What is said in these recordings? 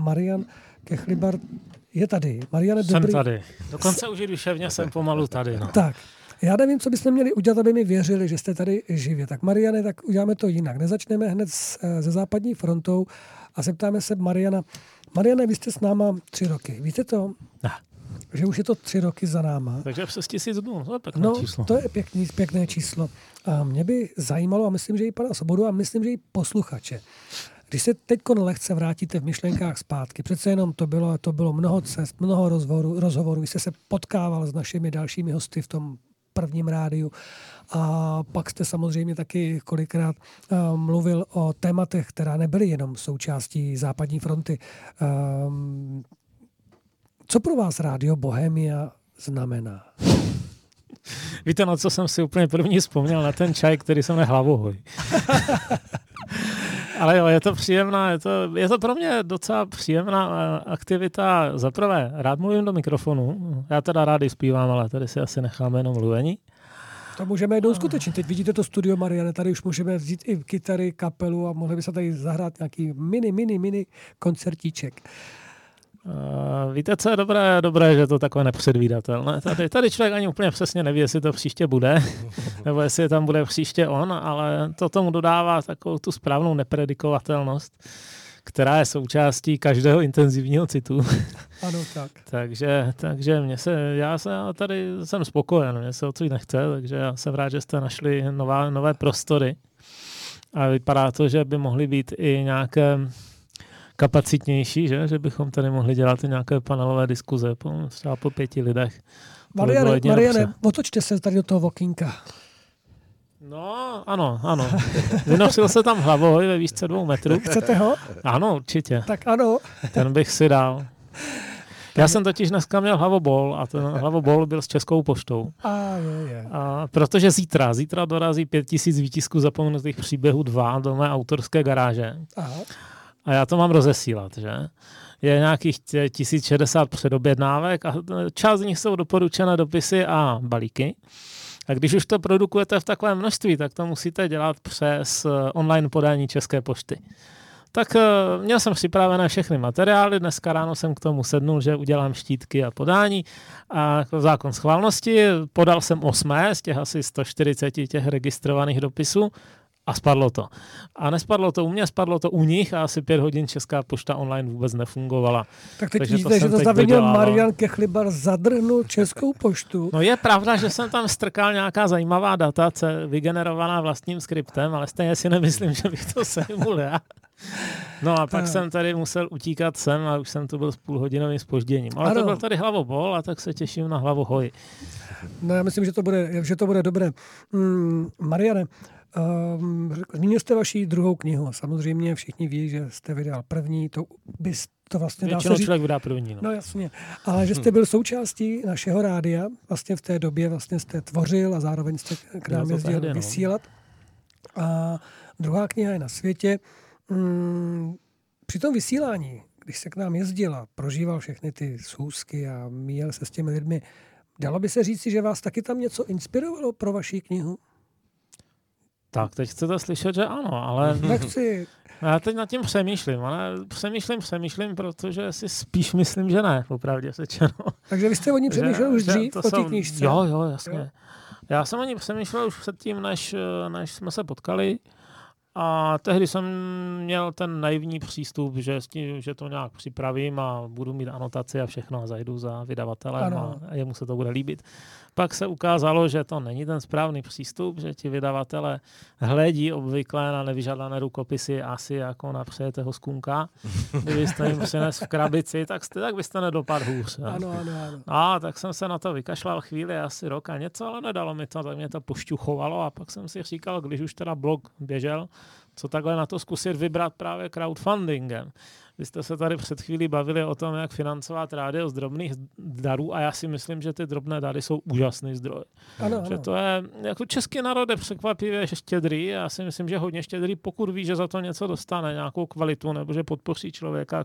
Marian Kechlibar je tady. Mariane, jsem dobrý. tady. Dokonce už i duševně jsem pomalu tady. No. Tak, já nevím, co bychom měli udělat, aby mi věřili, že jste tady živě. Tak Mariane, tak uděláme to jinak. Nezačneme hned ze západní frontou a zeptáme se Mariana. Mariane, vy jste s náma 3 roky. Víte to? Ne. Že už je to 3 roky za náma. Takže přes 1000 dnů, to je pěkné číslo. To je pěkné číslo. A mě by zajímalo, a myslím, že i pana Svobodu, a myslím, že i posluchače. Když se teď lehce vrátíte v myšlenkách zpátky, přece jenom to bylo mnoho cest, mnoho rozhovorů, vy jste se potkával s našimi dalšími hosty v tom prvním rádiu a pak jste samozřejmě taky kolikrát mluvil o tématech, která nebyly jenom součástí západní fronty. Co pro vás Rádio Bohemia znamená? Víte, na co jsem si úplně první vzpomněl? Na ten čaj, který se jmenuje Hlavohoj. Ale jo, je to příjemná, je to pro mě docela příjemná aktivita. Za prvé, rád mluvím do mikrofonu. Já teda rád i zpívám, ale tady si asi necháme jenom mluvení. To můžeme jednou skutečně. Teď vidíte to studio, Mariane, tady už můžeme vzít i kytary, kapelu a mohli by se tady zahrát nějaký mini koncertíček. Víte, co je dobré, že to takové nepředvídatelné. Tady člověk ani úplně přesně neví, jestli to příště bude, nebo jestli tam bude příště on, ale to tomu dodává takovou tu správnou nepredikovatelnost, která je součástí každého intenzivního citu. Ano, tak. takže já tady jsem spokojen, mě se o co nechce, takže já jsem rád, že jste našli nové prostory a vypadá to, že by mohly být i nějaké kapacitnější, že bychom tady mohli dělat i nějaké panelové diskuze třeba po 5 lidech. Mariane, otočte se tady do toho okýnka. No, ano. Vynosil se tam Hlavoj ve výšce 2 metrů. Chcete ho? Ano, určitě. Tak ano. Ten bych si dal. Já jsem totiž dneska měl hlavobol a ten hlavobol byl s Českou poštou. A protože zítra dorazí 5000 výtisků zapomenutých příběhů 2 do mé autorské garáže. Aha. A já to mám rozesílat, že? Je nějakých 1060 předobjednávek a část z nich jsou doporučené dopisy a balíky. A když už to produkujete v takovém množství, tak to musíte dělat přes online podání České pošty. Tak měl jsem připravené všechny materiály, dneska ráno jsem k tomu sednul, že udělám štítky a podání a zákon schválnosti, podal jsem 8 z těch asi 140 těch registrovaných dopisů a spadlo to. A nespadlo to u mě, spadlo to u nich a asi 5 hodin Česká pošta online vůbec nefungovala. Tak teď vidíte, že to zavinil Marian Kechlibar, zadrhnul Českou poštu. No je pravda, že jsem tam strkal nějaká zajímavá data, vygenerovaná vlastním skriptem, ale stejně si nemyslím, že bych to sejmul já. No a pak jsem tady musel utíkat sem a už jsem tu byl s půlhodinovým zpožděním. Ale to byl tady hlavobol a tak se těším na Hlavohoj. No já myslím, že to bude dobré. Mariane, zmínil jste vaši druhou knihu. Samozřejmě všichni ví, že jste vydal první. To vlastně dá se říct. Člověk vydá první. No. No jasně. Ale že jste byl součástí našeho rádia. Vlastně v té době vlastně jste tvořil a zároveň jste k nám jezdil vysílat. A druhá kniha je Na světě. Při tom vysílání, když se k nám jezdil a prožíval všechny ty schůzky a míjel se s těmi lidmi, dalo by se říci, že vás taky tam něco inspirovalo pro vaši knihu? Tak, teď chcete slyšet, že ano, ale... Nechci. Já teď nad tím přemýšlím, ale přemýšlím, protože si spíš myslím, že ne, popravdě řečeno. Takže vy jste o ní přemýšlel už dřív, o té knížce? Jo, jasně. Jo. Já jsem o ní přemýšlel už předtím, než jsme se potkali. A tehdy jsem měl ten naivní přístup, že to nějak připravím a budu mít anotaci a všechno a zajdu za vydavatelem a jemu se to bude líbit. Pak se ukázalo, že to není ten správný přístup, že ti vydavatele hledí obvykle na nevyžádané rukopisy asi jako na přejetého skunka. Kdybyste jim přines v krabici, tak byste nedopadl hůř. Ano. A tak jsem se na to vykašlal chvíli, asi rok a něco, ale nedalo mi to, tak mě to pošťuchovalo a pak jsem si říkal, když už teda blog běžel, co takhle na to zkusit vybrat právě crowdfundingem. Vy jste se tady před chvílí bavili o tom, jak financovat rádio z drobných darů a já si myslím, že ty drobné dary jsou úžasný zdroj. Ano. Že to je, jako český národ je překvapivě štědrý, já si myslím, že hodně štědrý, pokud ví, že za to něco dostane, nějakou kvalitu, nebo že podpoří člověka,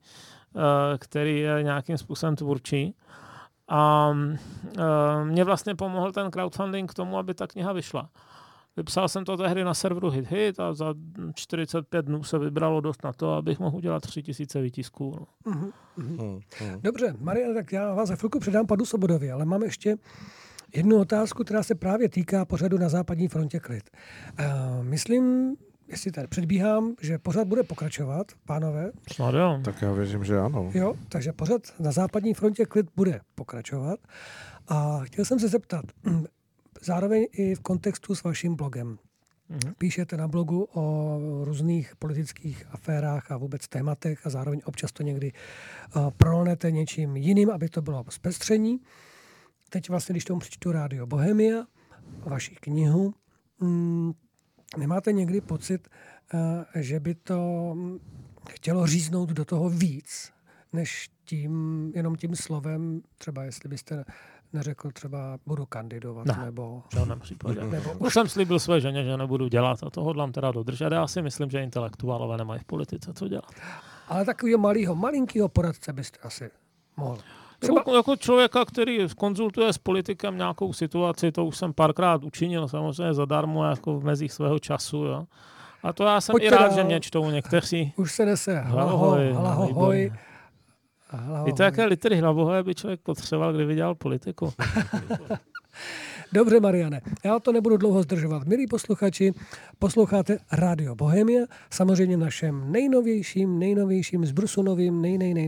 který je nějakým způsobem tvůrčí. A mě vlastně pomohl ten crowdfunding k tomu, aby ta kniha vyšla. Vypsal jsem to tehdy na serveru HitHit a za 45 dnů se vybralo dost na to, abych mohl udělat 3000 výtisků. No. Dobře, Mariane, tak já vás za chvilku předám panu Svobodovi, ale mám ještě jednu otázku, která se právě týká pořadu Na západní frontě klid. Myslím, jestli tady předbíhám, že pořad bude pokračovat, pánové. Snad jo. Tak já věřím, že ano. Jo, takže pořad Na západní frontě klid bude pokračovat. A chtěl jsem se zeptat, zároveň i v kontextu s vaším blogem. Píšete na blogu o různých politických aférách a vůbec tématech a zároveň občas to někdy prolnete něčím jiným, aby to bylo zpestření. Teď vlastně, když tomu přečtu Rádio Bohemia, vaši knihu, nemáte někdy pocit, že by to chtělo říznout do toho víc, než jenom tím slovem, třeba jestli byste neřekl třeba budu kandidovat, nebo... v žádném případě. Už jsem slíbil své ženě, že nebudu dělat a to hodlám teda dodržet. Já si myslím, že intelektuálové nemají v politice co dělat. Ale takového malinkého poradce byste asi mohl. Třeba... Jako člověka, který konzultuje s politikem nějakou situaci, to už jsem párkrát učinil, samozřejmě zadarmo, jako v mezích svého času. Jo. A to já jsem i rád, že mě čtou někteří. Už se nese hlahohoj. Víte, jaké litry hlavohoje by člověk potřeboval, kdyby dělal politiku? Dobře, Mariane, já to nebudu dlouho zdržovat. Milí posluchači, posloucháte Rádio Bohemia, samozřejmě našem nejnovějším zbrusunovým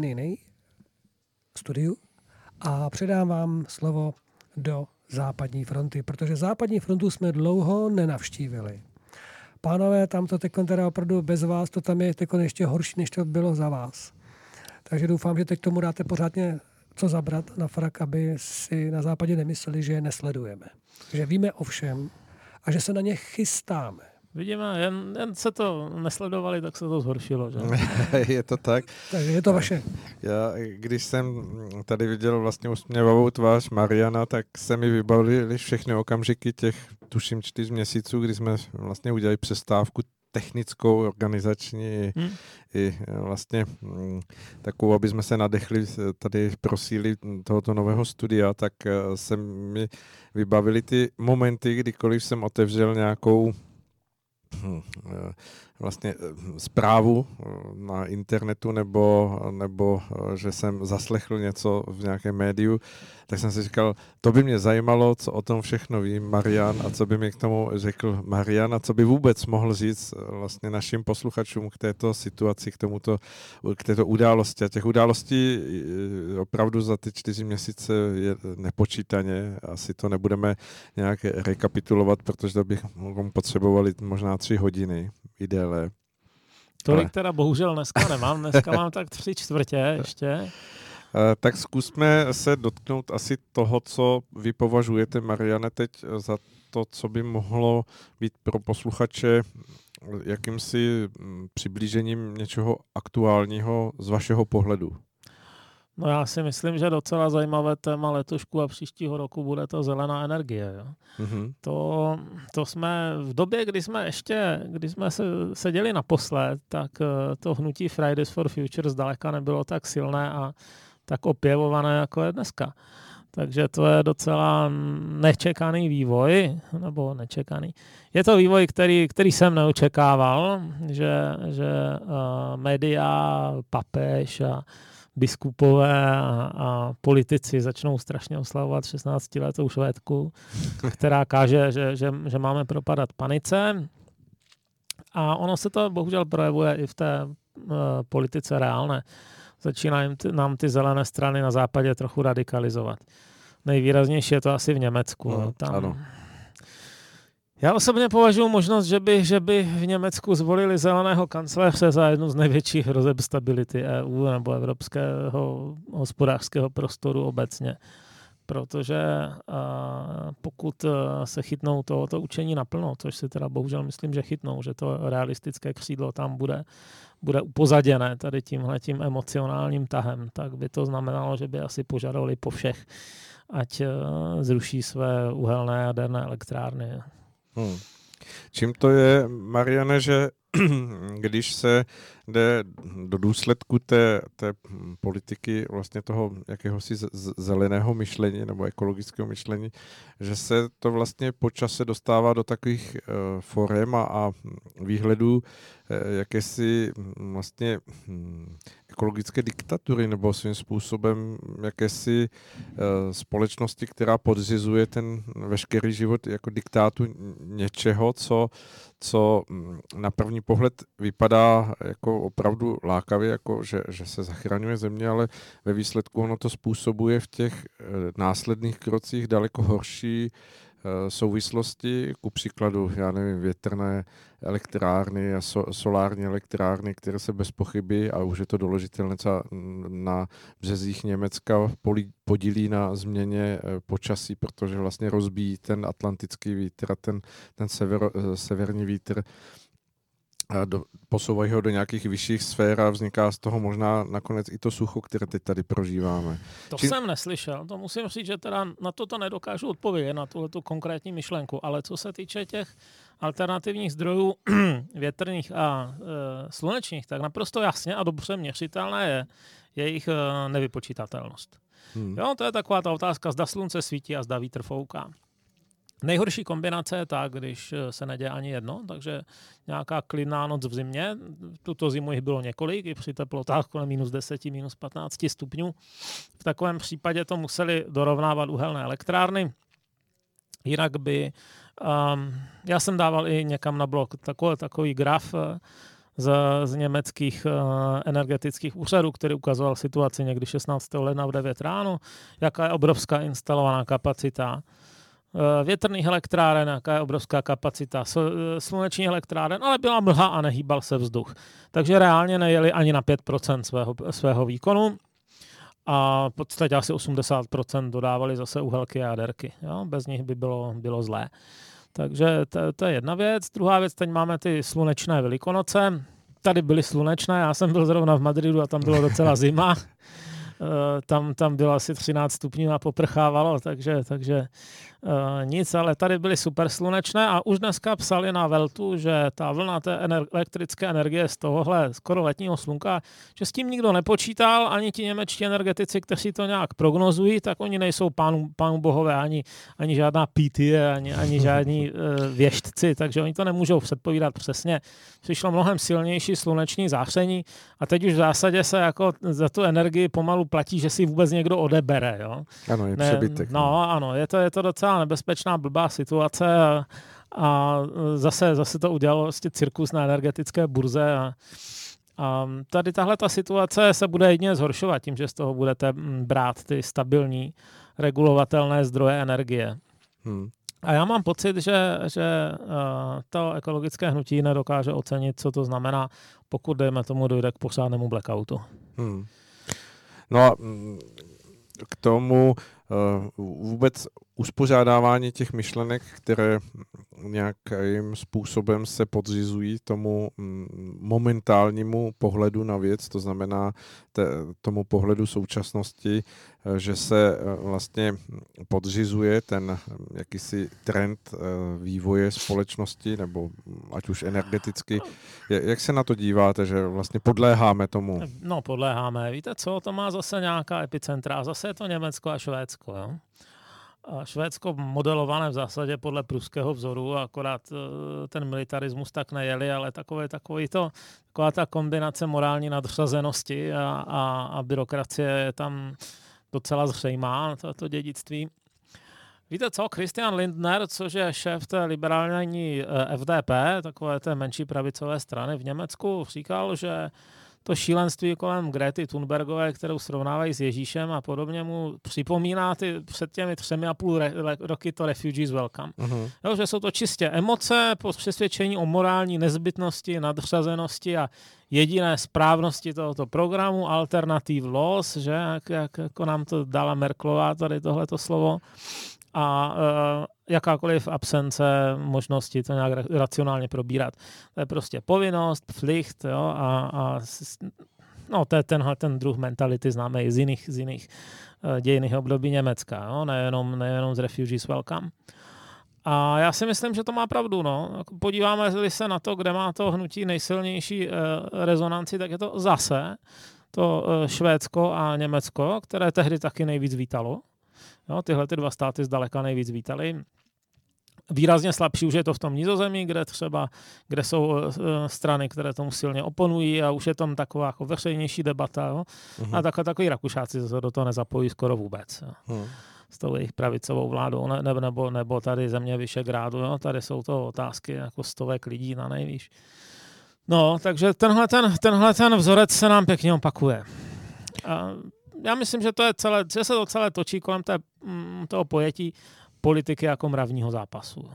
studiu a předám vám slovo do západní fronty, protože západní frontu jsme dlouho nenavštívili. Pánové, tam to teď teda opravdu bez vás, to tam je teď ještě horší, než to bylo za vás. Takže doufám, že teď tomu dáte pořádně co zabrat na frak, aby si na západě nemysleli, že je nesledujeme. Že víme o všem a že se na ně chystáme. Vidíme, jen se to nesledovali, tak se to zhoršilo. Že? Je to tak. Takže je to vaše. Já, když jsem tady viděl vlastně usměvavou tvář Mariana, tak se mi vybavily všechny okamžiky těch, tuším, 4 měsíců, kdy jsme vlastně udělali přestávku technickou, organizační i vlastně takovou, aby jsme se nadechli tady pro síly tohoto nového studia, tak se mi vybavily ty momenty, kdykoliv jsem otevřel nějakou vlastně zprávu na internetu nebo že jsem zaslechl něco v nějakém médiu, tak jsem si říkal, to by mě zajímalo, co o tom všechno ví Marian a co by mi k tomu řekl Marian a co by vůbec mohl říct vlastně našim posluchačům k této situaci, k této události. A těch událostí opravdu za ty 4 měsíce je nepočítaně. Asi to nebudeme nějak rekapitulovat, protože bychom potřebovali možná 3 hodiny i déle. Tolik teda bohužel dneska nemám. Dneska mám tak 3/4 ještě. Tak zkusme se dotknout asi toho, co vy považujete, Mariane, teď za to, co by mohlo být pro posluchače jakýmsi přiblížením něčeho aktuálního z vašeho pohledu. No já si myslím, že docela zajímavé téma letošku a příštího roku bude to zelená energie. Jo. Mm-hmm. To jsme v době, kdy jsme seděli naposled, tak to hnutí Fridays for Future zdaleka nebylo tak silné a tak opěvované, jako je dneska. Takže to je docela nečekaný vývoj, nebo nečekaný. Je to vývoj, který jsem neočekával, že média, papež a biskupové a politici začnou strašně oslavovat 16letou Švédku, která káže, že máme propadat panice. A ono se to bohužel projevuje i v té politice reálné. Začínají nám ty zelené strany na západě trochu radikalizovat. Nejvýraznější je to asi v Německu. Ano. Já osobně považuji možnost, že by v Německu zvolili zeleného kancléře za jednu z největších hrozeb stability EU nebo evropského hospodářského prostoru obecně. Protože pokud se chytnou tohoto učení naplno, což si teda bohužel myslím, že chytnou, že to realistické křídlo tam bude upozaděné tady tímhletím emocionálním tahem, tak by to znamenalo, že by asi požadovali po všech, ať zruší své uhelné jaderné elektrárny. Čím to je, Mariane, že když se jde do důsledku té politiky vlastně toho jakéhosi zeleného myšlení nebo ekologického myšlení, že se to vlastně po čase dostává do takových forem a výhledů jakési vlastně ekologické diktatury nebo svým způsobem jakési společnosti, která podřizuje ten veškerý život jako diktátu něčeho, co na první pohled vypadá jako opravdu lákavě, jako že se zachraňuje země, ale ve výsledku ono to způsobuje v těch následných krocích daleko horší souvislosti, ku příkladu, já nevím, větrné elektrárny a solární elektrárny, které se bez pochyby, a už je to doložitelné třeba na březích Německa, podílí na změně počasí, protože vlastně rozbíjí ten atlantický vítr a ten severní vítr posouvají ho do nějakých vyšších sfér a vzniká z toho možná nakonec i to sucho, které teď tady prožíváme. Jsem neslyšel, to musím říct, že teda na to nedokážu odpovědět, na tuhletu konkrétní myšlenku, ale co se týče těch alternativních zdrojů větrných a slunečních, tak naprosto jasně a dobře měřitelné je jejich nevypočítatelnost. Jo, to je taková ta otázka, zda slunce svítí a zda vítr fouká. Nejhorší kombinace je ta, když se neděje ani jedno, takže nějaká klidná noc v zimě, tuto zimu jich bylo několik, i při teplotách kolem -10, -15 stupňů. V takovém případě to museli dorovnávat uhelné elektrárny, jinak by, já jsem dával i někam na blog takový graf z německých energetických úřadů, který ukazoval situaci někdy 16. ledna v 9 ráno, jaká je obrovská instalovaná kapacita větrných elektráren, jaká je obrovská kapacita slunečních elektráren, ale byla mlha a nehýbal se vzduch. Takže reálně nejeli ani na 5% svého výkonu a v podstatě asi 80% dodávali zase uhelky a jaderky. Jo? Bez nich by bylo zlé. Takže to je jedna věc. Druhá věc, teď máme ty slunečné Velikonoce. Tady byly slunečné, já jsem byl zrovna v Madridu a tam bylo docela zima. Tam bylo asi 13 stupňů a poprchávalo, takže nic, ale tady byly super slunečné a už dneska psali na Weltu, že ta vlna té elektrické energie z tohohle skoro letního slunka, že s tím nikdo nepočítal, ani ti němečtí energetici, kteří to nějak prognozují, tak oni nejsou pánu bohové, ani žádná PT, ani žádní věštci, takže oni to nemůžou předpovídat přesně. Přišlo mnohem silnější sluneční záření a teď už v zásadě se jako za tu energii pomalu platí, že si vůbec někdo odebere. Jo? Ano, je přebytek. No, ano, je to docela nebezpečná, blbá situace a zase to udělalo vlastně cirkus na energetické burze a tady tahle ta situace se bude jedině zhoršovat tím, že z toho budete brát ty stabilní regulovatelné zdroje energie. A já mám pocit, že to ekologické hnutí nedokáže ocenit, co to znamená, pokud, dejme tomu, dojde k pořádnému blackoutu. No a k tomu vůbec uspořádávání těch myšlenek, které nějakým způsobem se podřizují tomu momentálnímu pohledu na věc, to znamená tomu pohledu současnosti, že se vlastně podřizuje ten jakýsi trend vývoje společnosti, nebo ať už energeticky. Jak se na to díváte, že vlastně podléháme tomu? No, podléháme. Víte co, to má zase nějaká epicentra. Zase je to Německo a Švédsko. Jo? A Švédsko modelované v zásadě podle pruského vzoru, akorát ten militarismus tak nejeli, ale taková ta kombinace morální nadřazenosti a byrokracie je tam docela zřejmá, to dědictví. Víte co, Christian Lindner, což je šéf té liberální FDP, takové té menší pravicové strany v Německu, říkal, že to šílenství kolem Grety Thunbergové, kterou srovnávají s Ježíšem a podobně, mu připomíná před těmi 3,5 roky to Refugees Welcome. Jo, že jsou to čistě emoce po přesvědčení o morální nezbytnosti, nadřazenosti a jediné správnosti tohoto programu, alternative laws, že jak jako nám to dala Merkelová tady tohleto slovo, a jakákoliv absence možnosti to nějak racionálně probírat. To je prostě povinnost, pflicht, jo, no, to je ten druh mentality známý z jiných dějinných období Německa, jo, nejenom z Refugees Welcome. A já si myslím, že to má pravdu. No. Podíváme se na to, kde má to hnutí nejsilnější rezonanci, tak je to zase to Švédsko a Německo, které tehdy taky nejvíc vítalo. Jo, tyhle ty dva státy zdaleka nejvíc vítali. Výrazně slabší už je to v tom Nizozemí, kde jsou strany, které tomu silně oponují a už je tam taková jako veřejnější debata. Jo? A takový Rakušáci se do toho nezapojí skoro vůbec. Jo? S tou jejich pravicovou vládou, nebo tady země Vyšegrádu. Jo? Tady jsou to otázky jako stovek lidí na nejvýš. No, takže tenhle vzorec se nám pěkně opakuje. A já myslím, že že se to celé točí kolem toho pojetí politiky jako mravního zápasu.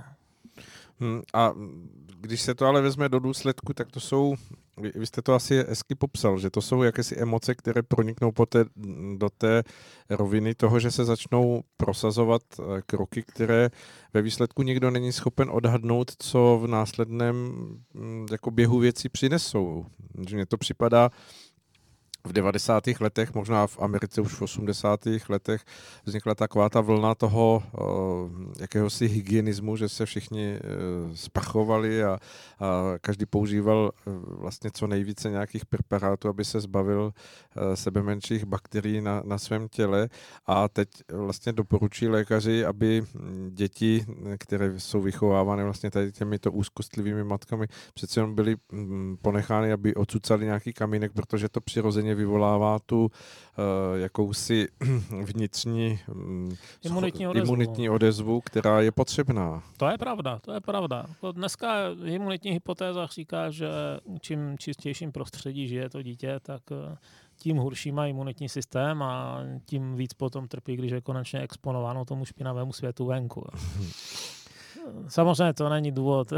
A když se to ale vezme do důsledku, tak to jsou, vy jste to asi hezky popsal, že to jsou jakési emoce, které proniknou do té roviny toho, že se začnou prosazovat kroky, které ve výsledku nikdo není schopen odhadnout, co v následném jako běhu věcí přinesou. Mně to připadá, v 90. letech, možná v Americe už v 80. letech, vznikla taková ta vlna toho jakéhosi hygienismu, že se všichni sprchovali a každý používal vlastně co nejvíce nějakých preparátů, aby se zbavil sebe menších bakterií na svém těle. A teď vlastně doporučí lékaři, aby děti, které jsou vychovávány vlastně tady těmito úzkostlivými matkami, přece jenom byly ponechány, aby odcucali nějaký kamínek, protože to přirozeně vyvolává tu jakousi vnitřní imunitní odezvu, která je potřebná. To je pravda. Dneska imunitní hypotéza říká, že čím čistějším prostředí žije to dítě, tak tím horší má imunitní systém a tím víc potom trpí, když je konečně exponováno tomu špinavému světu venku. Samozřejmě to není důvod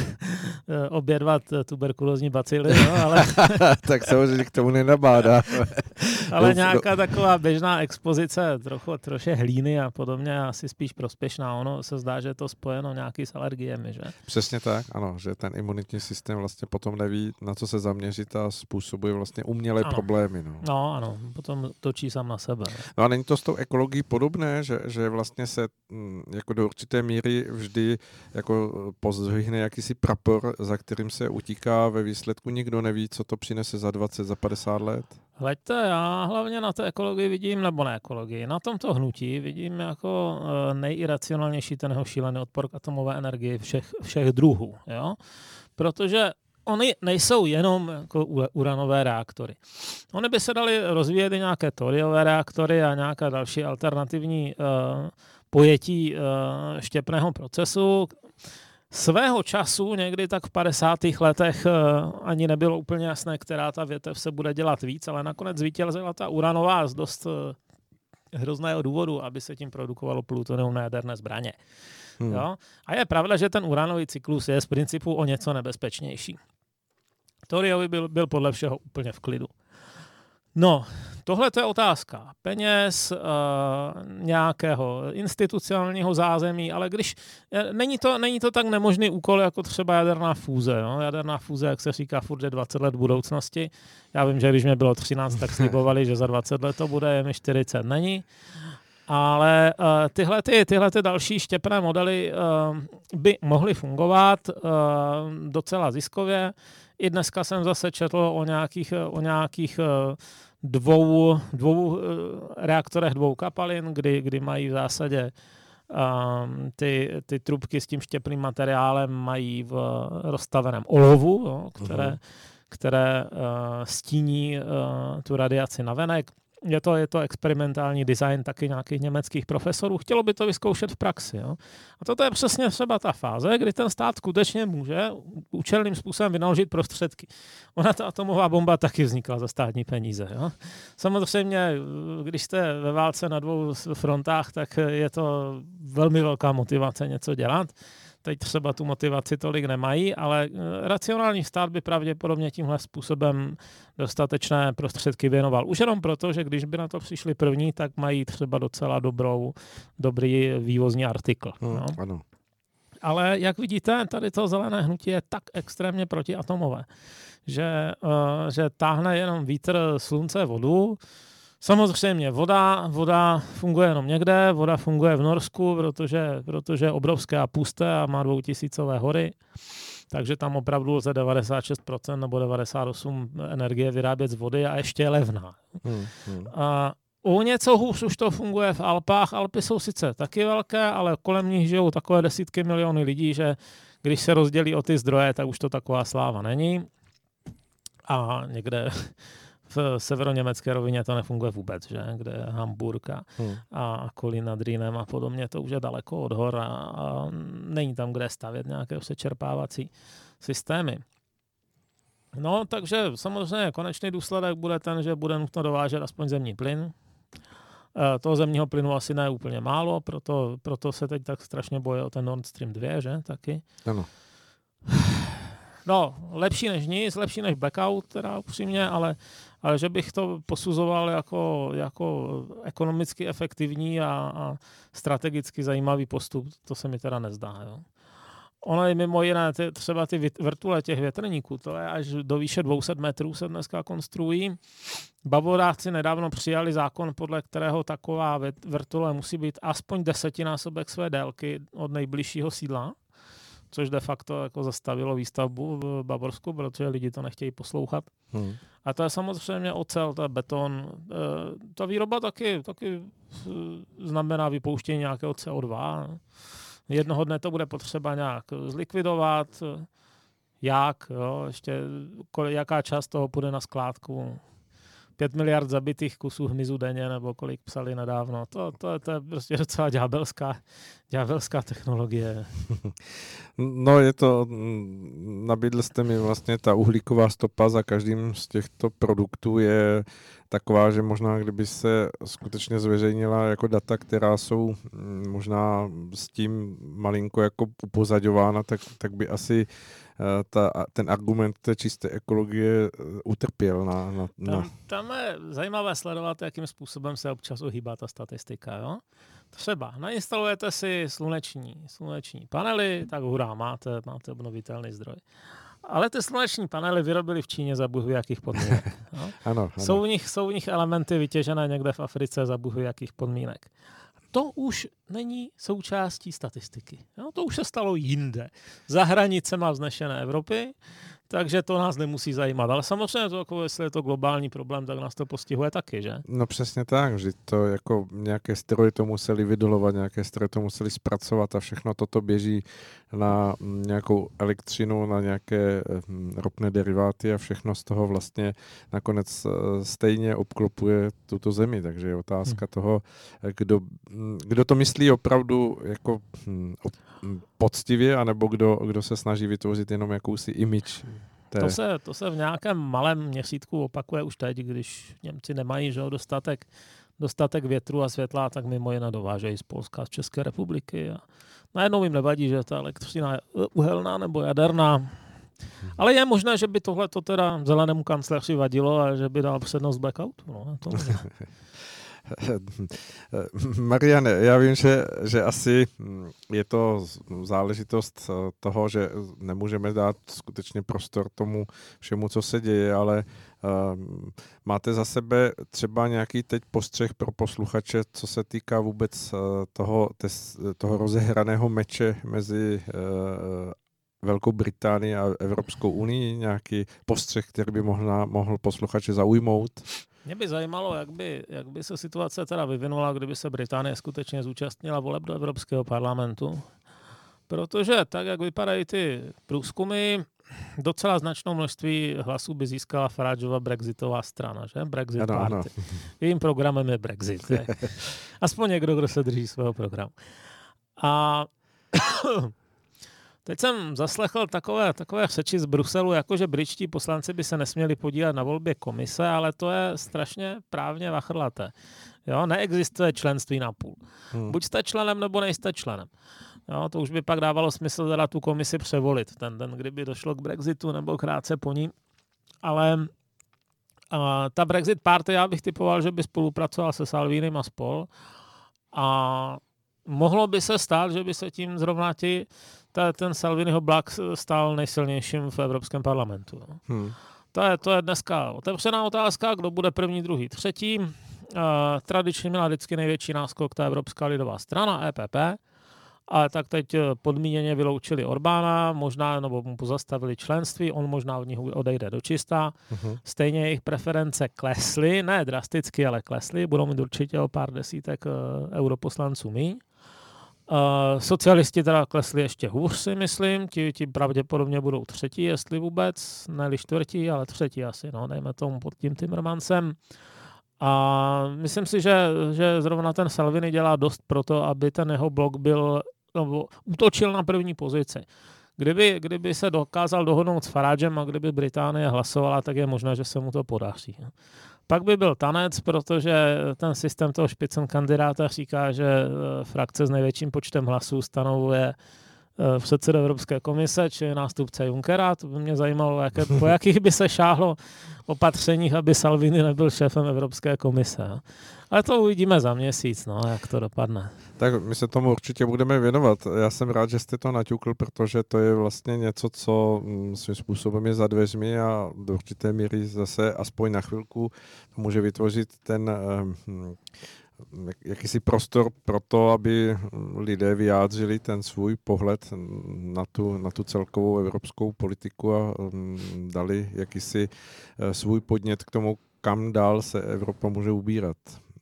obědvat tuberkulózní bacily, no, ale... Tak samozřejmě k tomu nenabádá. Ale nějaká taková běžná expozice, troše hlíny a podobně, asi spíš prospěšná. Ono se zdá, že je to spojeno nějaký s alergiemi, že? Přesně tak, ano, že ten imunitní systém vlastně potom neví, na co se zaměřit a způsobuje vlastně umělé problémy. No ano, potom točí sám na sebe. No a není to s tou ekologií podobné, že vlastně se jako do určité míry vždy jako pozdvihne jakýsi prapor, za kterým se utíká, ve výsledku nikdo neví, co to přinese za 20, za 50 let? Hleďte, já hlavně na té ekologii vidím, nebo ne ekologii, na tomto hnutí vidím jako nejiracionálnější ten jeho šílený odpor k atomové energii všech druhů. Jo? Protože oni nejsou jenom jako uranové reaktory. Oni by se dali rozvíjet i nějaké thoriové reaktory a nějaká další alternativní pojetí štěpného procesu. Svého času, někdy tak v 50. letech, ani nebylo úplně jasné, která ta větev se bude dělat víc, ale nakonec zvítězila ta uranová z dost hrozného důvodu, aby se tím produkovalo plutonium na jaderné zbraně. Jo? A je pravda, že ten uranový cyklus je z principu o něco nebezpečnější. Thoriovi byl podle všeho úplně v klidu. No, tohle to je otázka peněz, nějakého institucionálního zázemí, ale když není to tak nemožný úkol jako třeba jaderná fúze. Jo? Jaderná fúze, jak se říká, furt je 20 let budoucnosti. Já vím, že když mě bylo 13, tak slibovali, že za 20 let to bude, je mi 40, není. Ale tyhle další štěpné modely by mohly fungovat docela ziskově. I dneska jsem zase četl o nějakých dvou reaktorech dvou kapalin, kdy mají v zásadě ty trubky s tím štěpným materiálem mají v rozstaveném olovu, jo, které stíní tu radiaci navenek. Je to experimentální design taky nějakých německých profesorů. Chtělo by to vyzkoušet v praxi. Jo? A toto je přesně třeba ta fáze, kdy ten stát skutečně může účelným způsobem vynaložit prostředky. Ona ta atomová bomba taky vznikla za státní peníze. Jo? Samozřejmě, když jste ve válce na dvou frontách, tak je to velmi velká motivace něco dělat. Teď třeba tu motivaci tolik nemají, ale racionální stát by pravděpodobně tímhle způsobem dostatečné prostředky věnoval. Už jenom proto, že když by na to přišli první, tak mají třeba docela dobrý vývozní artikl. No? Ano. Ale jak vidíte, tady to zelené hnutí je tak extrémně protiatomové, že táhne jenom vítr, slunce, vodu, Samozřejmě, voda funguje jenom někde, voda funguje v Norsku, protože je obrovské a pusté a má 2000 hory, takže tam opravdu lze 96% nebo 98% energie vyrábět z vody a ještě je levná. A o něco hůř už to funguje v Alpách. Alpy jsou sice taky velké, ale kolem nich žijou takové desítky miliony lidí, že když se rozdělí o ty zdroje, tak už to taková sláva není. A někde v severoněmecké rovině to nefunguje vůbec, že? Kde je Hamburg a Kolín nad Rýnem a podobně, to už je daleko od hor a není tam, kde stavět nějaké přečerpávací systémy. No, takže samozřejmě konečný důsledek bude ten, že bude nutno dovážet aspoň zemní plyn. Toho zemního plynu asi ne úplně málo, proto se teď tak strašně boje o ten Nord Stream 2, že? Taky. Ano. No, lepší než nic, lepší než blackout, teda upřímně, ale že bych to posuzoval jako ekonomicky efektivní a strategicky zajímavý postup, to se mi teda nezdá. Jo. Ono je mimo jiné, třeba ty vrtule těch větrníků, to je až do výše 200 metrů se dneska konstruují. Bavoráci nedávno přijali zákon, podle kterého taková vrtule musí být aspoň 10násobek své délky od nejbližšího sídla, což de facto jako zastavilo výstavbu v Bavorsku, protože lidi to nechtějí poslouchat. A to je samozřejmě ocel, to je beton. Ta výroba taky znamená vypouštění nějakého CO2. Jednoho dne to bude potřeba nějak zlikvidovat. Jak? Jo? Ještě jaká část toho půjde na skládku? 5 miliard zabitých kusů hmyzu denně, nebo kolik psali nedávno. To je prostě docela ďábelská technologie. No je to, nabídl jste mi vlastně ta uhlíková stopa za každým z těchto produktů je taková, že možná kdyby se skutečně zveřejnila jako data, která jsou možná s tím malinko jako upozaďována, tak by asi ten argument té čisté ekologie utrpěl. Tam je zajímavé sledovat, jakým způsobem se občas ohýbá ta statistika. Jo? Třeba nainstalujete si sluneční panely, tak hurá, máte obnovitelný zdroj. Ale ty sluneční panely vyrobili v Číně za bůh jakých podmínek. No? Ano. Jsou v nich elementy vytěžené někde v Africe za bůh jakých podmínek. To už není součástí statistiky. No, to už se stalo jinde. Za hranicema vznešené Evropy, takže to nás nemusí zajímat. Ale samozřejmě, jestli je to globální problém, tak nás to postihuje taky, že? No přesně tak, že to jako nějaké stroje to museli vydolovat, nějaké stroje to museli zpracovat a všechno toto běží na nějakou elektřinu, na nějaké ropné deriváty a všechno z toho vlastně nakonec stejně obklopuje tuto zemi. Takže je otázka toho, kdo to myslí opravdu jako poctivě, anebo kdo se snaží vytvořit jenom jakousi image. To se v nějakém malém měřítku opakuje už teď, když Němci nemají dostatek větru a světla, tak mimo jiné dovážejí z Polska, z České republiky. A najednou jim nevadí, že ta elektřina je uhelná nebo jaderná. Ale je možné, že by tohleto teda zelenému kancléři vadilo a že by dal přednost blackoutu. No, to Mariane, já vím, že asi je to záležitost toho, že nemůžeme dát skutečně prostor tomu všemu, co se děje, ale máte za sebe třeba nějaký teď postřeh pro posluchače, co se týká vůbec toho rozehraného meče mezi Velkou Británii a Evropskou unii, nějaký postřeh, který by mohl posluchače zaujmout? Mě by zajímalo, jak by se situace teda vyvinula, kdyby se Británie skutečně zúčastnila voleb do Evropského parlamentu. Protože tak, jak vypadají ty průzkumy, docela značnou množství hlasů by získala Farageova brexitová strana, že? Brexit Party. Ano. Jejím programem je Brexit. Aspoň někdo, kdo se drží svého programu. A teď jsem zaslechl takové řeči z Bruselu, jakože britští poslanci by se nesměli podílet na volbě komise, ale to je strašně právně vachrlaté. Jo, neexistuje členství na půl. Buď jste členem, nebo nejste členem. Jo, to už by pak dávalo smysl teda tu komisi převolit, ten den, kdyby došlo k Brexitu nebo krátce po ní. Ale ta Brexit Party, já bych typoval, že by spolupracoval se Salvinim a spol. A mohlo by se stát, že by se tím zrovna ten Salviniho blak stal nejsilnějším v Evropském parlamentu. To je dneska otevřená otázka, kdo bude první, druhý, třetí. tradičně měla vždycky největší náskok ta Evropská lidová strana, EPP, ale tak teď podmíněně vyloučili Orbána, možná, nebo mu pozastavili členství, on možná od nich odejde do čista. Stejně jejich preference klesly, ne drasticky, ale klesly, budou mít určitě o pár desítek europoslanců míň. Socialisti teda klesli ještě hůř, si myslím, ti pravděpodobně budou třetí, jestli vůbec, ne čtvrtí, ale třetí asi, no, dejme tomu pod tím Timmermansem. A myslím si, že zrovna ten Salvini dělá dost pro to, aby ten jeho blok útočil na první pozici. Kdyby se dokázal dohodnout s Faragem a kdyby Británie hlasovala, tak je možné, že se mu to podaří. Pak by byl tanec, protože ten systém toho špicenkandidáta říká, že frakce s největším počtem hlasů stanovuje předseda Evropské komise, či nástupce Junckera. To by mě zajímalo, po jakých by se šáhlo opatřeních, aby Salvini nebyl šéfem Evropské komise. Ale to uvidíme za měsíc, no, jak to dopadne. Tak my se tomu určitě budeme věnovat. Já jsem rád, že jste to naťukl, protože to je vlastně něco, co svým způsobem je za dveřmi a do určité míry zase aspoň na chvilku může vytvořit ten jakýsi prostor pro to, aby lidé vyjádřili ten svůj pohled na tu celkovou evropskou politiku a dali jakýsi svůj podnět k tomu, kam dál se Evropa může ubírat.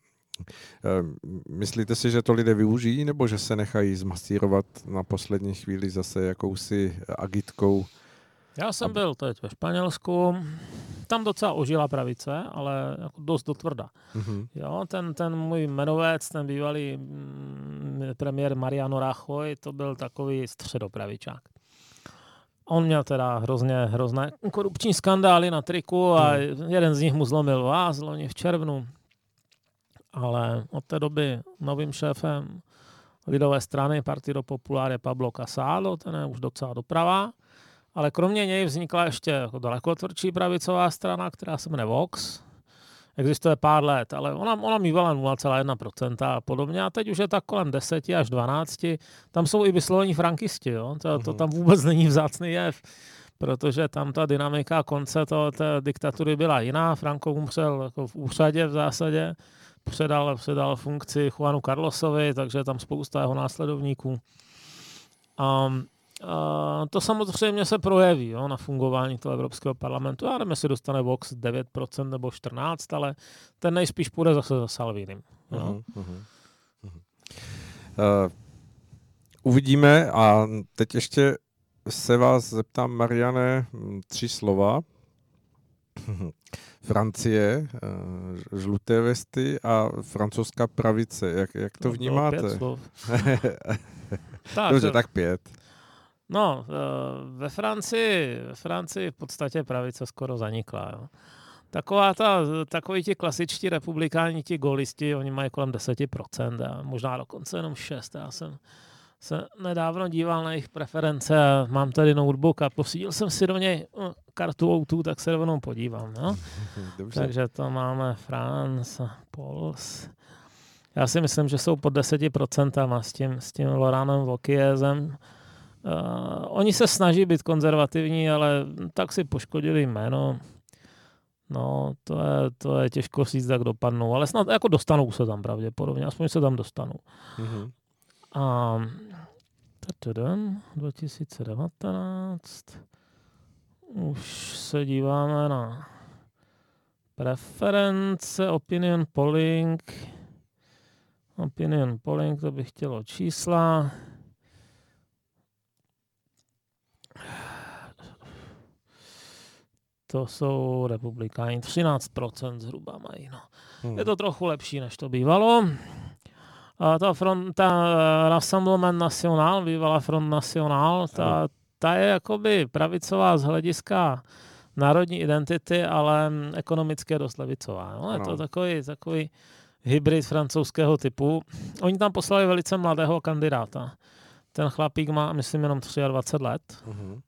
Myslíte si, že to lidé využijí, nebo že se nechají zmasírovat na poslední chvíli zase jakousi agitkou? Já jsem byl teď ve Španělsku, tam docela ožila pravice, ale jako dost dotvrda. Jo, ten můj jmenovec, ten bývalý premiér Mariano Rajoy, to byl takový středopravičák. On měl teda hrozné korupční skandály na triku a jeden z nich mu zlomil vás loni v červnu. Ale od té doby novým šéfem lidové strany Partido Popular je Pablo Casado, ten je už docela doprava. Ale kromě něj vznikla ještě jako daleko tvrdší pravicová strana, která se jmenuje Vox. Existuje pár let, ale ona mývala 0,1% a podobně. A teď už je tak kolem 10 až 12. Tam jsou i vyslovení frankisti. Jo? To tam vůbec není vzácný jev, protože tam ta dynamika konce té diktatury byla jiná. Franco umřel jako v úřadě v zásadě. Předal funkci Juanu Carlosovi, takže tam spousta jeho následovníků. To samozřejmě se projeví na fungování toho Evropského parlamentu. Já nevím, jestli dostane Vox 9% nebo 14%, ale ten nejspíš půjde zase za Salvinem. Uvidíme a teď ještě se vás zeptám, Mariane, 3 slova. Francie, žluté vesty a francouzská pravice. Jak to vnímáte? 5 slov. Dobře, tak 5. No, ve Francii v podstatě pravice skoro zanikla. Jo. Takoví ti klasičtí republikáni, ti gaulisti, oni mají kolem 10% a možná dokonce jenom 6%. Já jsem se nedávno díval na jejich preference a mám tady notebook a posídil jsem si do něj kartu O2, tak se rovnou podívám. No? Takže to máme France, Pols. Já si myslím, že jsou pod 10% s tím Laurentem Wauquiezem. Oni se snaží být konzervativní, ale tak si poškodili jméno. No, to je těžko říct, jak dopadnou, ale snad jako dostanou se tam pravděpodobně, aspoň se tam dostanou. A 2019 už se díváme na preference, opinion polling, to bych chtělo čísla. To jsou republikáni, 13% zhruba mají. No. Je to trochu lepší, než to bývalo. Ta Rassemblement National, bývalá Front National, ta je jakoby pravicová z hlediska národní identity, ale ekonomicky je dost levicová. No, je to takový hybrid francouzského typu. Oni tam poslali velice mladého kandidáta. Ten chlapík má, myslím, jenom 23 let.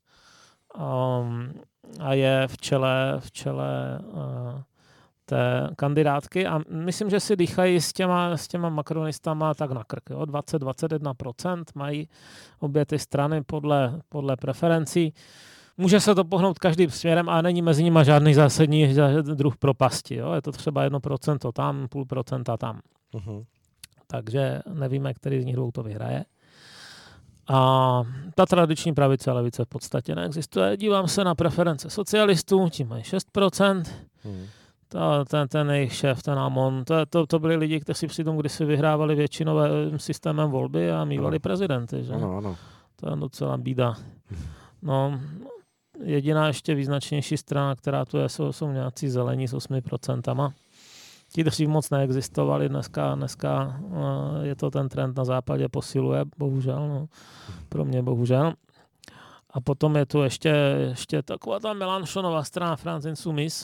A je v čele té kandidátky a myslím, že si dýchají s těma makronistama tak na krk. 20-21% mají obě ty strany podle preferencí. může se to pohnout každým směrem a není mezi nimi žádný zásadní druh propasti. Jo? Je to třeba 1% tam, 0,5% tam. Takže nevíme, který z nich dvou to vyhraje. A ta tradiční pravice a levice v podstatě neexistuje. Dívám se na preference socialistů, ti mají 6%. Ten jejich šéf, ten Amon, to byli lidi, kteří přitom kdysi vyhrávali většinovým systémem volby a mývali prezidenty. Že? Ano. To je docela bída. No, jediná ještě význačnější strana, která tu je, jsou nějací zelení s 8%. Ti dřív moc neexistovali, dneska je to ten trend na západě posiluje, bohužel, no. Pro mě bohužel. A potom je tu ještě taková ta Mélenchonová strana France Insoumise,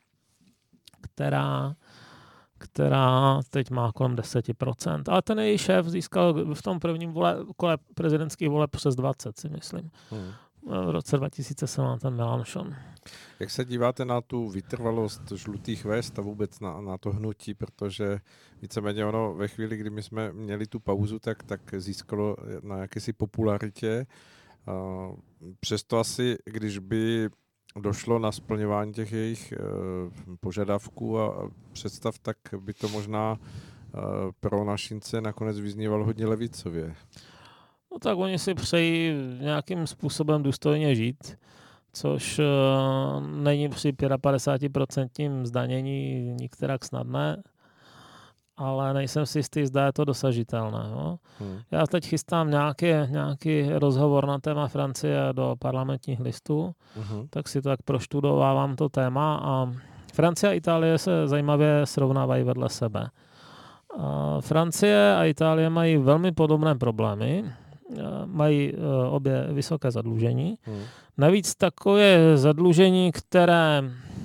která teď má kolem 10%. Ale ten její šéf získal v tom prvním kole prezidentských voleb přes 20, si myslím. V roce 2007 ten Mélenchon. Jak se díváte na tu vytrvalost žlutých vest a vůbec na to hnutí, protože víceméně ono ve chvíli, kdy my jsme měli tu pauzu, tak získalo na jakési popularitě. Přesto asi, když by došlo na splňování těch jejich požadavků a představ, tak by to možná pro našince nakonec vyznívalo hodně levicově. No tak oni si přejí nějakým způsobem důstojně žít, což není při 55% zdanění nikterak snadné, ale nejsem si jistý, zda je to dosažitelné. No. Já teď chystám nějaký rozhovor na téma Francie do parlamentních listů, tak si to tak proštudovávám to téma a Francie a Itálie se zajímavě srovnávají vedle sebe. Francie a Itálie mají velmi podobné problémy, mají obě vysoké zadlužení. Navíc takové zadlužení, které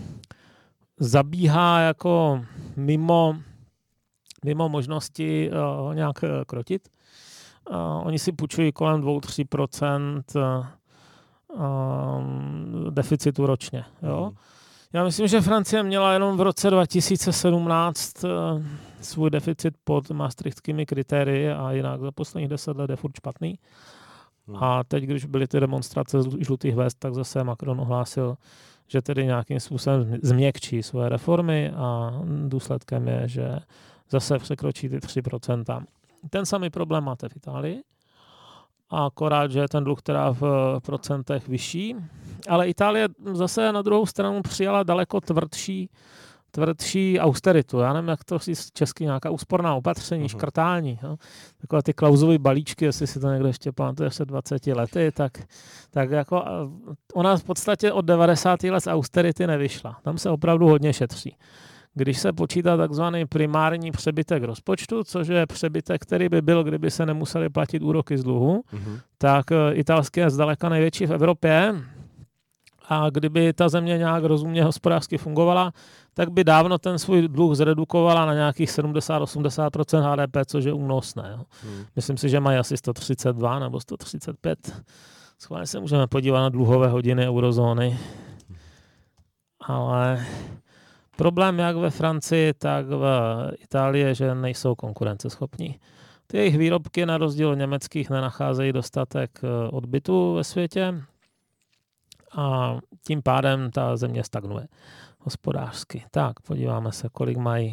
zabíhá jako mimo možnosti nějak krotit. Oni si půjčují kolem 2-3% deficitu ročně. Jo? Já myslím, že Francie měla jenom v roce 2017 svůj deficit pod maastrichtskými kritérii a jinak za posledních 10 let je furt špatný. A teď, když byly ty demonstrace žlutých vest, tak zase Macron ohlásil, že tedy nějakým způsobem změkčí svoje reformy a důsledkem je, že zase překročí ty 3%. Ten samý problém máte v Itálii, akorát, že je ten dluh teda v procentech vyšší, ale Itálie zase na druhou stranu přijala daleko tvrdší austeritu. Já nevím, jak to říct česky, nějaká úsporná opatření, škrtání. Jo? Takové ty Klausovy balíčky, jestli si to někdo ještě pamatuje před 20 lety, tak jako ona v podstatě od 90. let z austerity nevyšla. Tam se opravdu hodně šetří. Když se počítá takzvaný primární přebytek rozpočtu, což je přebytek, který by byl, kdyby se nemuseli platit úroky z dluhu, tak italské je zdaleka největší v Evropě. A kdyby ta země nějak rozumně hospodářsky fungovala, tak by dávno ten svůj dluh zredukovala na nějakých 70-80% HDP, což je únosné. Jo. Myslím si, že mají asi 132 nebo 135. Schválně se můžeme podívat na dluhové hodiny eurozóny. Ale problém jak ve Francii, tak v Itálii je, že nejsou konkurenceschopní. Ty jejich výrobky na rozdíl od německých nenacházejí dostatek odbytu ve světě a tím pádem ta země stagnuje hospodářsky. Tak, podíváme se, kolik mají.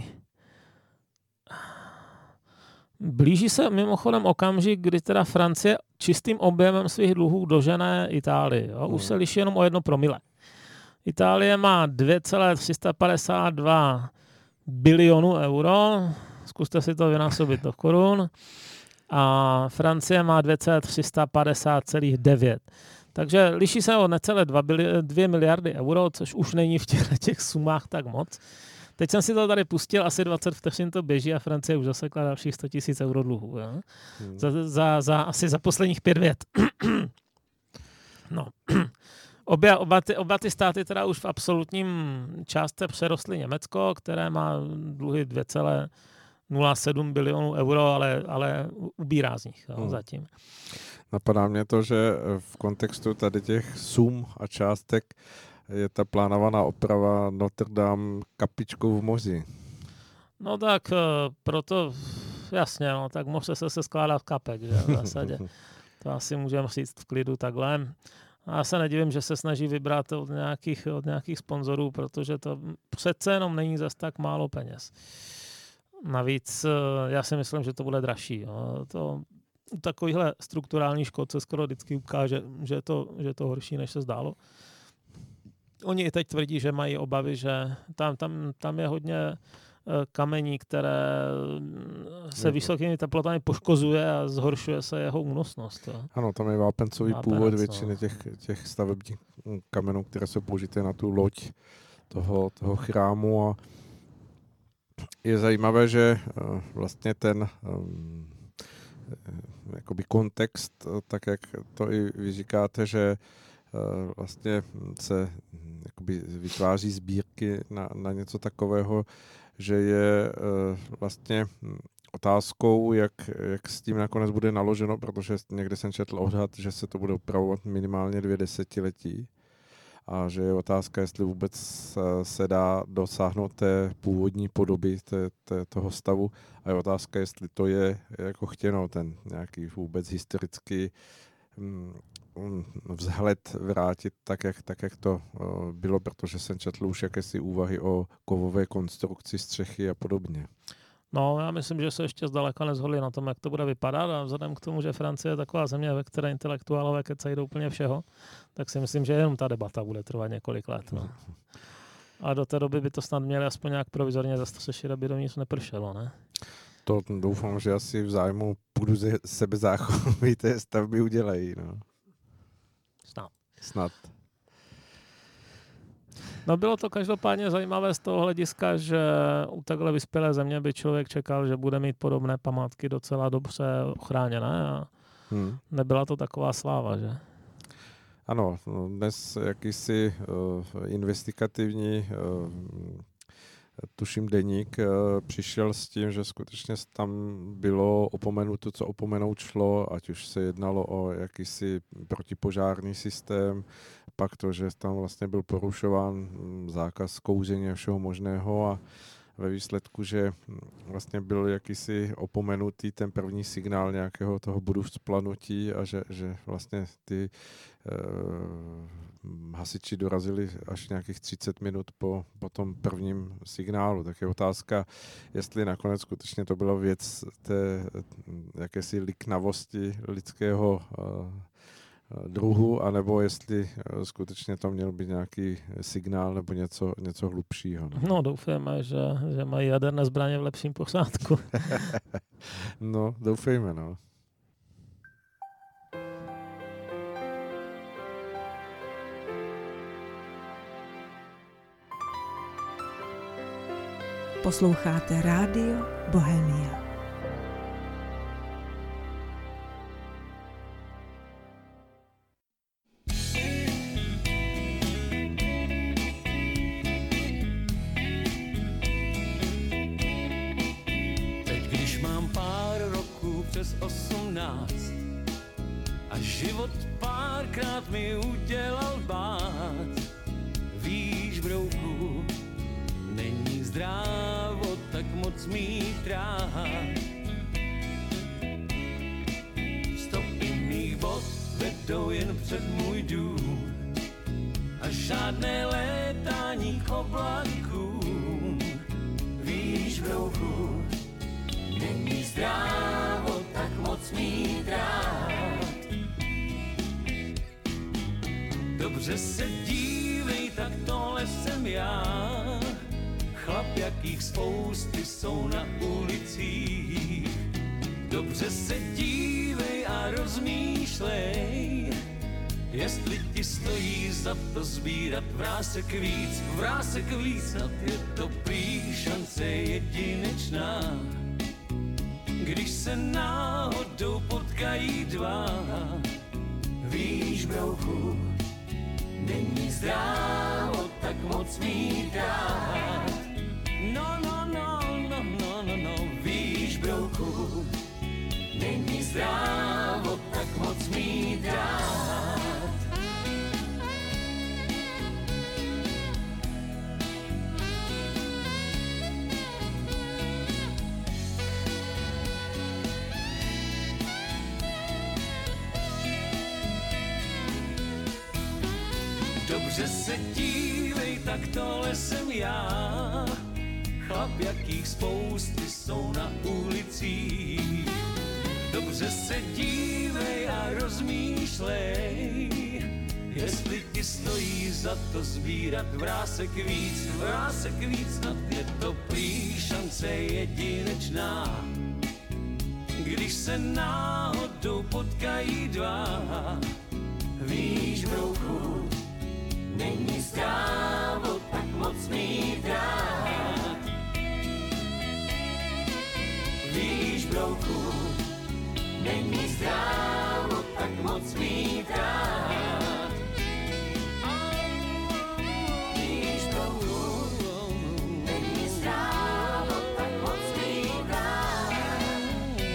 Blíží se mimochodem okamžik, kdy teda Francie čistým objemem svých dluhů dožene Itálii. Jo? Už se liší jenom o 1 promile. Itálie má 2,352 bilionu euro, zkuste si to vynásobit do korun, a Francie má 2,350,9. Takže liší se o necelé 2 miliardy euro, což už není v těch sumách tak moc. Teď jsem si to tady pustil, asi 20 vteřin to běží a Francie už zasekla dalších 100 000 euro dluhů. Ja? Asi za posledních 5 let. No. Oba ty státy teda už v absolutním částce přerostly Německo, které má dluhy 2,07 bilionů euro, ale ubírá z nich zatím. Napadá mě to, že v kontextu tady těch sum a částek je ta plánovaná oprava Notre Dame kapičkou v moři. No tak proto, jasně, no, tak moře se skládá v kapek, že v zásadě. To asi můžeme říct v klidu takhle. A já se nedivím, že se snaží vybrat od nějakých sponzorů, protože to přece jenom není zas tak málo peněz. Navíc já si myslím, že to bude dražší. Jo. Takovýhle strukturální škod se skoro vždycky ukáže, že je to horší, než se zdálo. Oni i teď tvrdí, že mají obavy, že tam je hodně kamení, které se vysokými teplotami poškozuje a zhoršuje se jeho únosnost. Jo. Ano, tam je vápencový původ většiny těch stavebních kamenů, které jsou použité na tu loď toho chrámu. A je zajímavé, že vlastně ten jakoby kontext, tak jak to i vy říkáte, že vlastně se jakoby vytváří sbírky na něco takového, že je vlastně otázkou, jak s tím nakonec bude naloženo, protože někde jsem četl odhad, že se to bude upravovat minimálně 2 desetiletí a že je otázka, jestli vůbec se dá dosáhnout té původní podoby toho stavu a je otázka, jestli to je jako chtěno, ten nějaký vůbec historický vzhled vrátit tak, jak to bylo, protože jsem četl už jakési úvahy o kovové konstrukci střechy a podobně. No, já myslím, že se ještě zdaleka nezhodli na tom, jak to bude vypadat a vzhledem k tomu, že Francie je taková země, ve které intelektuálové kecají do úplně všeho, tak si myslím, že jenom ta debata bude trvat několik let. No. A do té doby by to snad měli aspoň nějak provizorně zastřešit, aby do nic nepršelo, ne? To doufám, že asi v zájmu sebezáchovy té stavby udělají. No. Snad. No bylo to každopádně zajímavé z toho hlediska, že u takhle vyspělé země by člověk čekal, že bude mít podobné památky docela dobře ochráněné a nebyla to taková sláva, že? Ano, dnes jakýsi investigativní tuším deník přišel s tím, že skutečně tam bylo opomenuto, co opomenout šlo, ať už se jednalo o jakýsi protipožární systém, pak to, že tam vlastně byl porušován zákaz kouření a všeho možného a ve výsledku, že vlastně byl jakýsi opomenutý ten první signál nějakého toho bodu vzplanutí a že vlastně ty hasiči dorazili až nějakých 30 minut po tom prvním signálu. Tak je otázka, jestli nakonec skutečně to byla věc té jakési liknavosti lidského druhu, anebo jestli skutečně tam měl být nějaký signál nebo něco hlubšího. No doufejme, že mají jaderné zbraně v lepším posádku. No, doufejme, no. Posloucháte Rádio Bohemia. Přes 18 a život párkrát mi udělal bát. Víš, brouku, není zdrávo tak moc mít rád. 100 jiných bod vedou jen před můj dům a žádné létání k oblakům. Víš, brouku, není zdrávo tak moc mít rád. Dobře se dívej, tak tohle jsem já. Chlap, jakých spousty jsou na ulicích. Dobře se dívej a rozmýšlej, jestli ti stojí za to sbírat vrásek víc, snad je to prý šance jedinečná. Když se náhodou potkají dva, víš, brouchu, není zdrávo tak moc mít rád. No, víš, brouchu, není zdrávo tak moc mít rád. Dobře se dívej, tak tohle jsem já. Chlap, jakých spousty jsou na ulicích. Dobře se dívej a rozmýšlej, jestli ti stojí za to sbírat vrásek víc, snad je to prý šance jedinečná. Když se náhodou potkají dva, víš, brouchu, není zdrávo tak moc mít rád. Víš, brouchu, není zdrávo tak moc mít rád. Víš, brouchu, není zdrávo tak moc mít rád.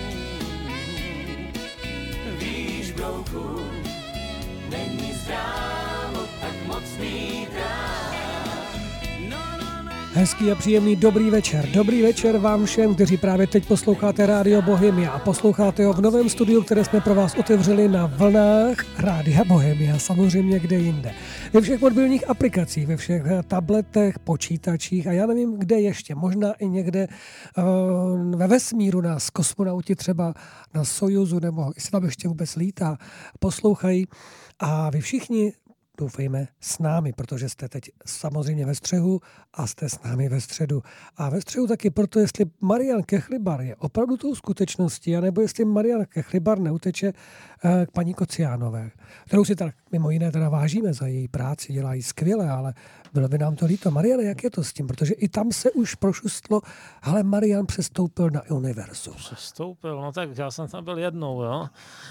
Víš, brouchu, není zdrávo tak moc mít rád. Hezký a příjemný dobrý večer. Dobrý večer vám všem, kteří právě teď posloucháte Rádio Bohemia a posloucháte ho v novém studiu, které jsme pro vás otevřeli na vlnách Rádia Bohemia, samozřejmě kde jinde. Ve všech mobilních aplikacích, ve všech tabletech, počítačích a já nevím, kde ještě, možná i někde ve vesmíru nás kosmonauti třeba na Sojuzu, nebo jestli tam ještě vůbec lítá, poslouchají a vy všichni doufejme s námi, protože jste teď samozřejmě ve střehu a jste s námi ve středu. A ve střehu taky proto, jestli Marian Kechlibar je opravdu tou skutečností, anebo jestli Marian Kechlibar neuteče k paní Kociánové, kterou si tak mimo jiné teda vážíme za její práci, dělá ji skvěle, ale bylo by nám to líto. Mariane, jak je to s tím? Protože i tam se už prošustlo, ale Marian přestoupil na univerzum. Přestoupil, no tak já jsem tam byl jednou, jo.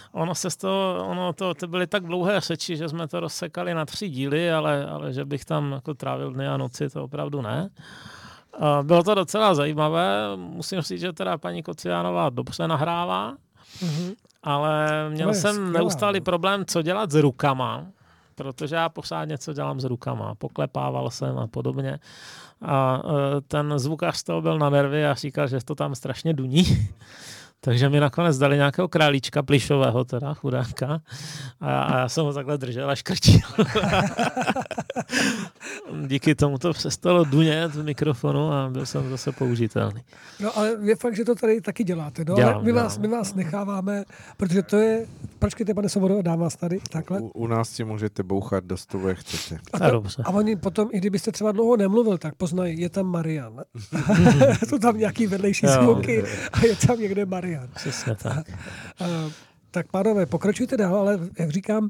To byly tak dlouhé řeči, že jsme to rozsekali na 3 díly, ale že bych tam jako trávil dny a noci, to opravdu ne. Bylo to docela zajímavé, musím říct, že teda paní Kociánová dobře nahrává, ale měl jsem neustálý problém, co dělat s rukama, protože já pořád něco dělám s rukama, poklepával jsem a podobně. A ten zvukař z toho byl na nervy a říkal, že to tam strašně duní. Takže mi nakonec dali nějakého králíčka plišového, teda chudáka. A já jsem ho takhle držel a škrčil. Díky tomu to přestalo dunět v mikrofonu a byl jsem zase použitelný. No ale je fakt, že to tady taky děláte. No? Dělám. My vás necháváme, protože to je... Počkejte, pane Svobodo, dám vás tady. Takhle. U nás si můžete bouchat do stolu, jak chcete. A oni potom, i kdybyste třeba dlouho nemluvil, tak poznají, je tam Marian. Jsou tam nějaký vedlejší zvuky a je tam někde Marian. Přesně tak. Tak pánové, pokračujte dál, ale jak říkám,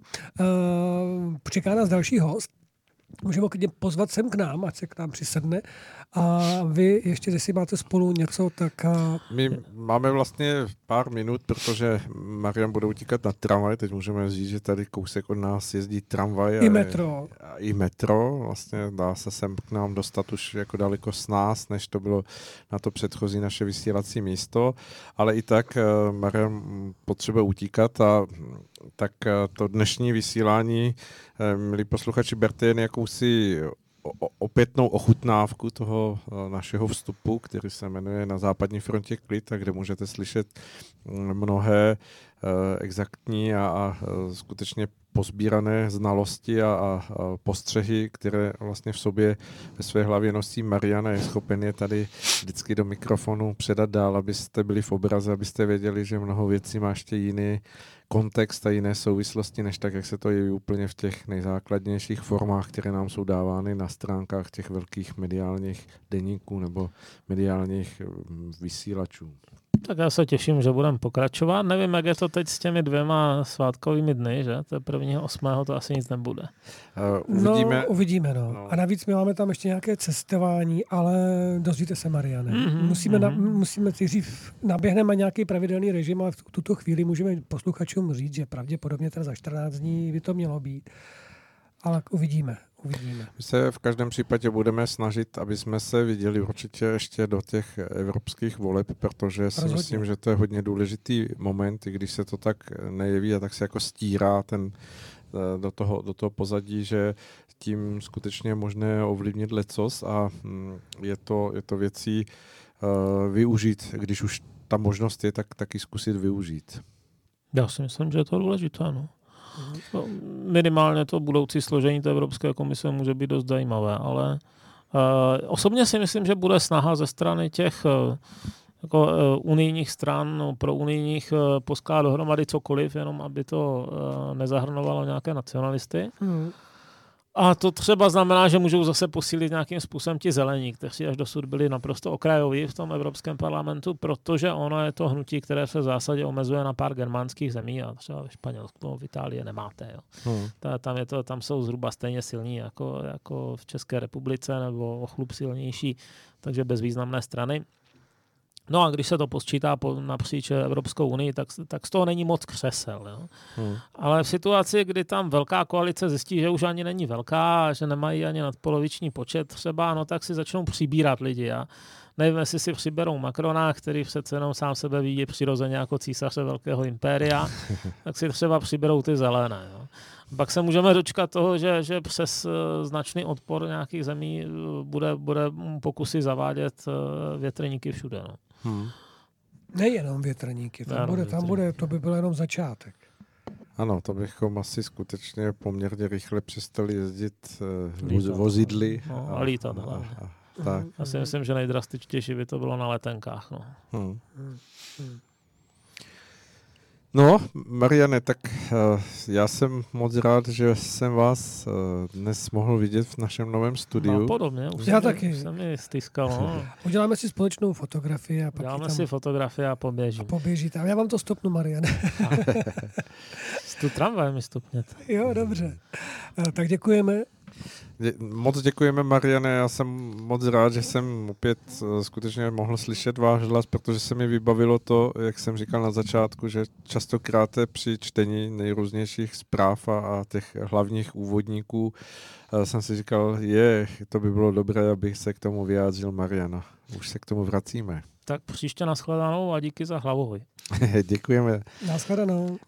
čeká nás další host. Můžeme klidně pozvat sem k nám, ať se k nám přisedne. A vy ještě, jestli máte spolu něco, tak... My máme vlastně pár minut, protože Marian bude utíkat na tramvaj. Teď můžeme říct, že tady kousek od nás jezdí tramvaj. I metro. Vlastně dá se sem k nám dostat už jako daleko s nás, než to bylo na to předchozí naše vysílací místo. Ale i tak Marian potřebuje utíkat a tak to dnešní vysílání, milí posluchači, berte jen jakousi opětnou ochutnávku toho našeho vstupu, který se jmenuje Na západní frontě klid, a kde můžete slyšet mnohé exaktní a skutečně pozbírané znalosti a postřehy, které vlastně v sobě ve své hlavě nosí Marian a je schopen je tady vždycky do mikrofonu předat dál, abyste byli v obraze, abyste věděli, že mnoho věcí má ještě jiný kontext a jiné souvislosti, než tak, jak se to jeví úplně v těch nejzákladnějších formách, které nám jsou dávány na stránkách těch velkých mediálních deníků nebo mediálních vysílačů. Tak já se těším, že budeme pokračovat. Nevím, jak je to teď s těmi 2 svátkovými dny, že? To 1.8. to asi nic nebude. Uvidíme. A navíc my máme tam ještě nějaké cestování, ale dozvíte se, Mariane. Musíme dřív naběhneme nějaký pravidelný režim, ale v tuto chvíli můžeme posluchačům říct, že pravděpodobně teda za 14 dní by to mělo být. Ale uvidíme. My se v každém případě budeme snažit, aby jsme se viděli určitě ještě do těch evropských voleb, protože si myslím, že to je hodně důležitý moment, i když se to tak nejeví a tak se jako stírá do toho pozadí, že tím skutečně je možné ovlivnit lecos a je to věcí využít, když už ta možnost je, tak taky zkusit využít. Já si myslím, že je to důležité, no. Minimálně to budoucí složení té Evropské komise může být dost zajímavé, ale osobně si myslím, že bude snaha ze strany těch jako unijních stran, no, pro unijních poskládat dohromady cokoliv, jenom aby to nezahrnovalo nějaké nacionalisty. A to třeba znamená, že můžou zase posílit nějakým způsobem ti zelení, kteří až dosud byli naprosto okrajoví v tom Evropském parlamentu, protože ono je to hnutí, které se v zásadě omezuje na pár germánských zemí a třeba ve Španělsku, v Itálii nemáte. Jo. Tam jsou zhruba stejně silní jako v České republice nebo o chlup silnější, takže bezvýznamné strany. No a když se to posčítá napříč Evropskou unii, tak z toho není moc křesel. Jo? Ale v situaci, kdy tam velká koalice zjistí, že už ani není velká, že nemají ani nadpoloviční počet třeba, no tak si začnou přibírat lidi. A nevím, jestli si přiberou Macrona, který přece jenom sám sebe vidí přirozeně jako císaře velkého impéria, tak si třeba přiberou ty zelené. Jo? Pak se můžeme dočkat toho, že přes značný odpor nějakých zemí bude pokusy zavádět větrníky všude. No. Nejenom větrníky, to by byl jenom začátek. Ano, to bychom asi skutečně poměrně rychle přestali jezdit vozidly. No, a lítat. Tak. Já si myslím, že nejdrastičtější by to bylo na letenkách. No. No, Mariane, tak já jsem moc rád, že jsem vás dnes mohl vidět v našem novém studiu. No, podobně. Já taky. Jsem mi stýskal. No. Uděláme si společnou fotografii. A pak si fotografii a poběžím. Poběžíte. A já vám to stopnu, Mariane. Tu tramvaj mi stopněte. Jo, dobře. Tak děkujeme. Moc děkujeme, Mariane, já jsem moc rád, že jsem opět skutečně mohl slyšet váš hlas, protože se mi vybavilo to, jak jsem říkal na začátku, že častokrát při čtení nejrůznějších zpráv a těch hlavních úvodníků jsem si říkal, to by bylo dobré, abych se k tomu vyjádřil, Mariana. Už se k tomu vracíme. Tak příště nashledanou a díky za hlavový. Děkujeme. Nashledanou.